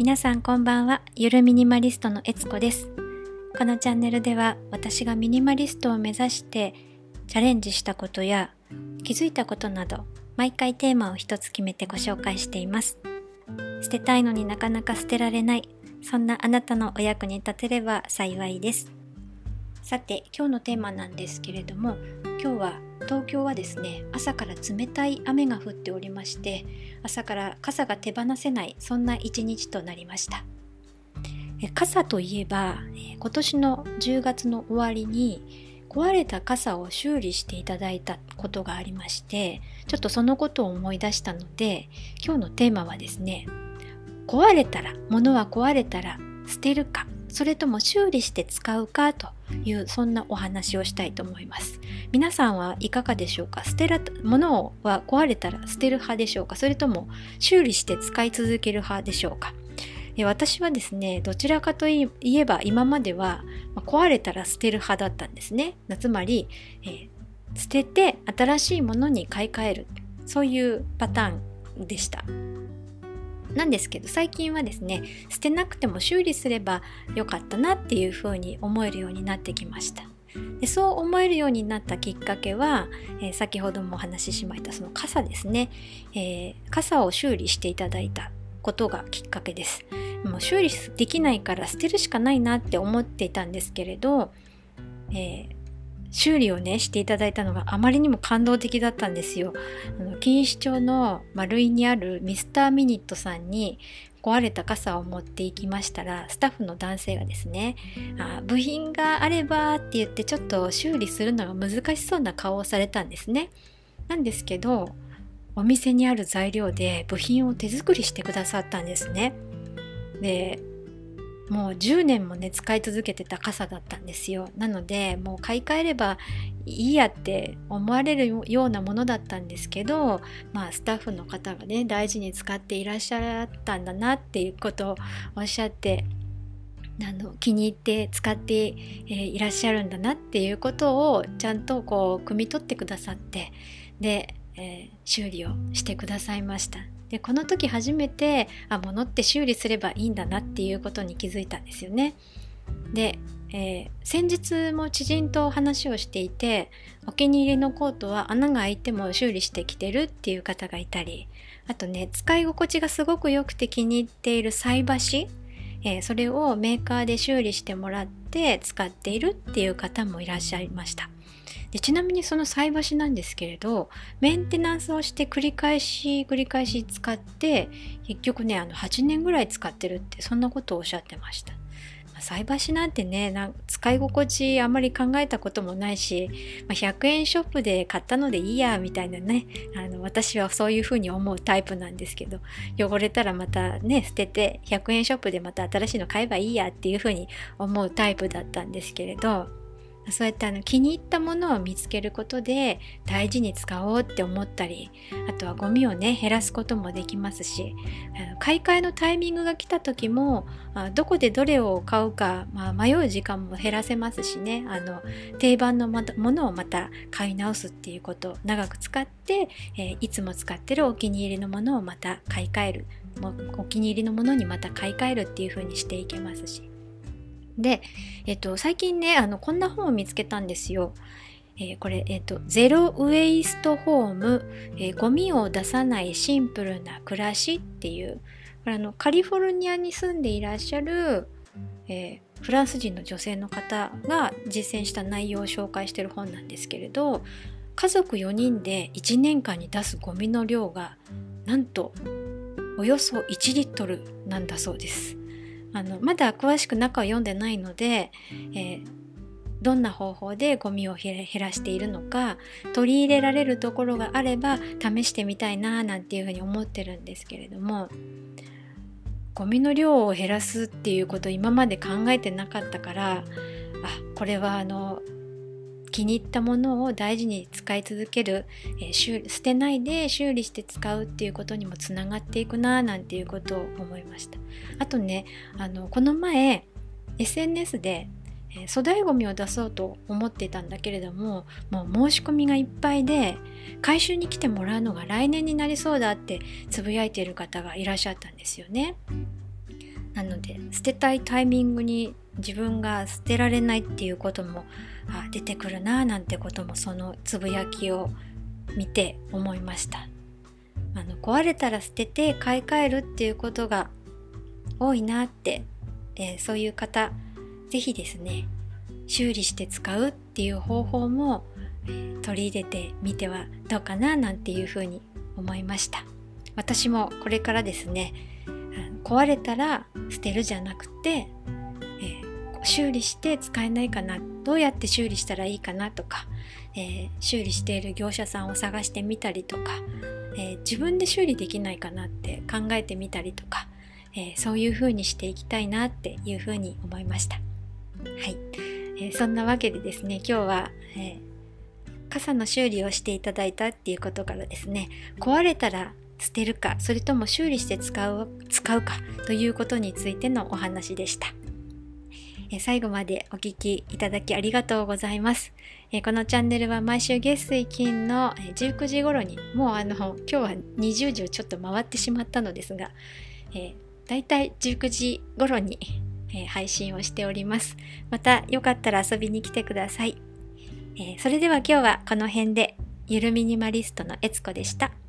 皆さんこんばんは。ゆるミニマリストのえつこです。このチャンネルでは私がミニマリストを目指してチャレンジしたことや気づいたことなど毎回テーマを一つ決めてご紹介しています。捨てたいのになかなか捨てられない、そんなあなたのお役に立てれば幸いです。さて今日のテーマなんですけれども、今日は東京はですね、朝から冷たい雨が降っておりまして、朝から傘が手放せない、そんな一日となりました。傘といえば今年の10月の終わりに壊れた傘を修理していただいたことがありまして、ちょっとそのことを思い出したので、今日のテーマはですね、物は壊れたら捨てるか、それとも修理して使うかという、そんなお話をしたいと思います。皆さんはいかがでしょうか？物は壊れたら捨てる派でしょうか？それとも修理して使い続ける派でしょうか？私はですね、どちらかといえば今までは壊れたら捨てる派だったんですね。つまり、捨てて新しいものに買い替える、そういうパターンでした。なんですけど、最近はですね、捨てなくても修理すればよかったなっていうふうに思えるようになってきました。でそう思えるようになったきっかけは、先ほどもお話ししましたその傘ですね、傘を修理していただいたことがきっかけです。もう修理できないから捨てるしかないなって思っていたんですけれど、修理をねしていただいたのがあまりにも感動的だったんですよ。錦糸町のマルイにあるミスターミニットさんに壊れた傘を持っていきましたら、スタッフの男性がですね、部品があればって言ってちょっと修理するのが難しそうな顔をされたんですね。なんですけど、お店にある材料で部品を手作りしてくださったんですね。でもう10年もね使い続けてた傘だったんですよ。なのでもう買い替えればいいやって思われるようなものだったんですけど、スタッフの方がね大事に使っていらっしゃったんだなっていうことをおっしゃって、気に入って使っていらっしゃるんだなっていうことをちゃんとこう汲み取ってくださって、で、修理をしてくださいました。でこの時初めて物って修理すればいいんだなっていうことに気づいたんですよね。で、先日も知人と話をしていて、お気に入りのコートは穴が開いても修理してきてるっていう方がいたり、あとね使い心地がすごく良くて気に入っている菜箸、それをメーカーで修理してもらって使っているっていう方もいらっしゃいました。でちなみにその菜箸なんですけれど、メンテナンスをして繰り返し使って結局ね8年ぐらい使ってるって、そんなことをおっしゃってました。菜箸なんてね使い心地あまり考えたこともないし、100円ショップで買ったのでいいやみたいなね、私はそういうふうに思うタイプなんですけど、汚れたらまたね捨てて100円ショップでまた新しいの買えばいいやっていうふうに思うタイプだったんですけれど、そうやって気に入ったものを見つけることで大事に使おうって思ったり、あとはゴミをね減らすこともできますし、買い替えのタイミングが来た時もどこでどれを買うか、迷う時間も減らせますしね、定番のものをまた買い直すっていうこと、長く使って、いつも使ってるお気に入りのものをまた買い替える、お気に入りのものにまた買い替えるっていう風にしていけますし。で、最近ねこんな本を見つけたんですよ。これ、ゼロウェイストホーム、ゴミを出さないシンプルな暮らしっていう、これカリフォルニアに住んでいらっしゃる、フランス人の女性の方が実践した内容を紹介している本なんですけれど、家族4人で1年間に出すゴミの量がなんとおよそ1リットルなんだそうです。まだ詳しく中を読んでないので、どんな方法でゴミを減らしているのか、取り入れられるところがあれば試してみたいななんていうふうに思ってるんですけれども、ゴミの量を減らすっていうことを今まで考えてなかったから、これは気に入ったものを大事に使い続ける、捨てないで修理して使うっていうことにもつながっていくななんていうことを思いました。あとねこの前 SNS で粗大ごみを出そうと思っていたんだけれども、もう申し込みがいっぱいで回収に来てもらうのが来年になりそうだってつぶやいている方がいらっしゃったんですよね。 なので捨てたいタイミングに自分が捨てられないっていうことも出てくるななんてことも、そのつぶやきを見て思いました。壊れたら捨てて買い替えるっていうことが多いなって、そういう方ぜひですね、修理して使うっていう方法も、取り入れてみてはどうかななんていうふうに思いました。私もこれからですね、壊れたら捨てるじゃなくて、修理して使えないかな、どうやって修理したらいいかなとか、修理している業者さんを探してみたりとか、自分で修理できないかなって考えてみたりとか、そういう風にしていきたいなっていう風に思いました。はい、そんなわけでですね、今日は、傘の修理をしていただいたっていうことからですね、壊れたら捨てるか、それとも修理して使うかということについてのお話でした。最後までお聞きいただきありがとうございます。このチャンネルは毎週月水金の19時頃に、もう今日は20時をちょっと回ってしまったのですが、だいたい19時頃に、配信をしております。またよかったら遊びに来てください。それでは今日はこの辺で、ゆるミニマリストのえつこでした。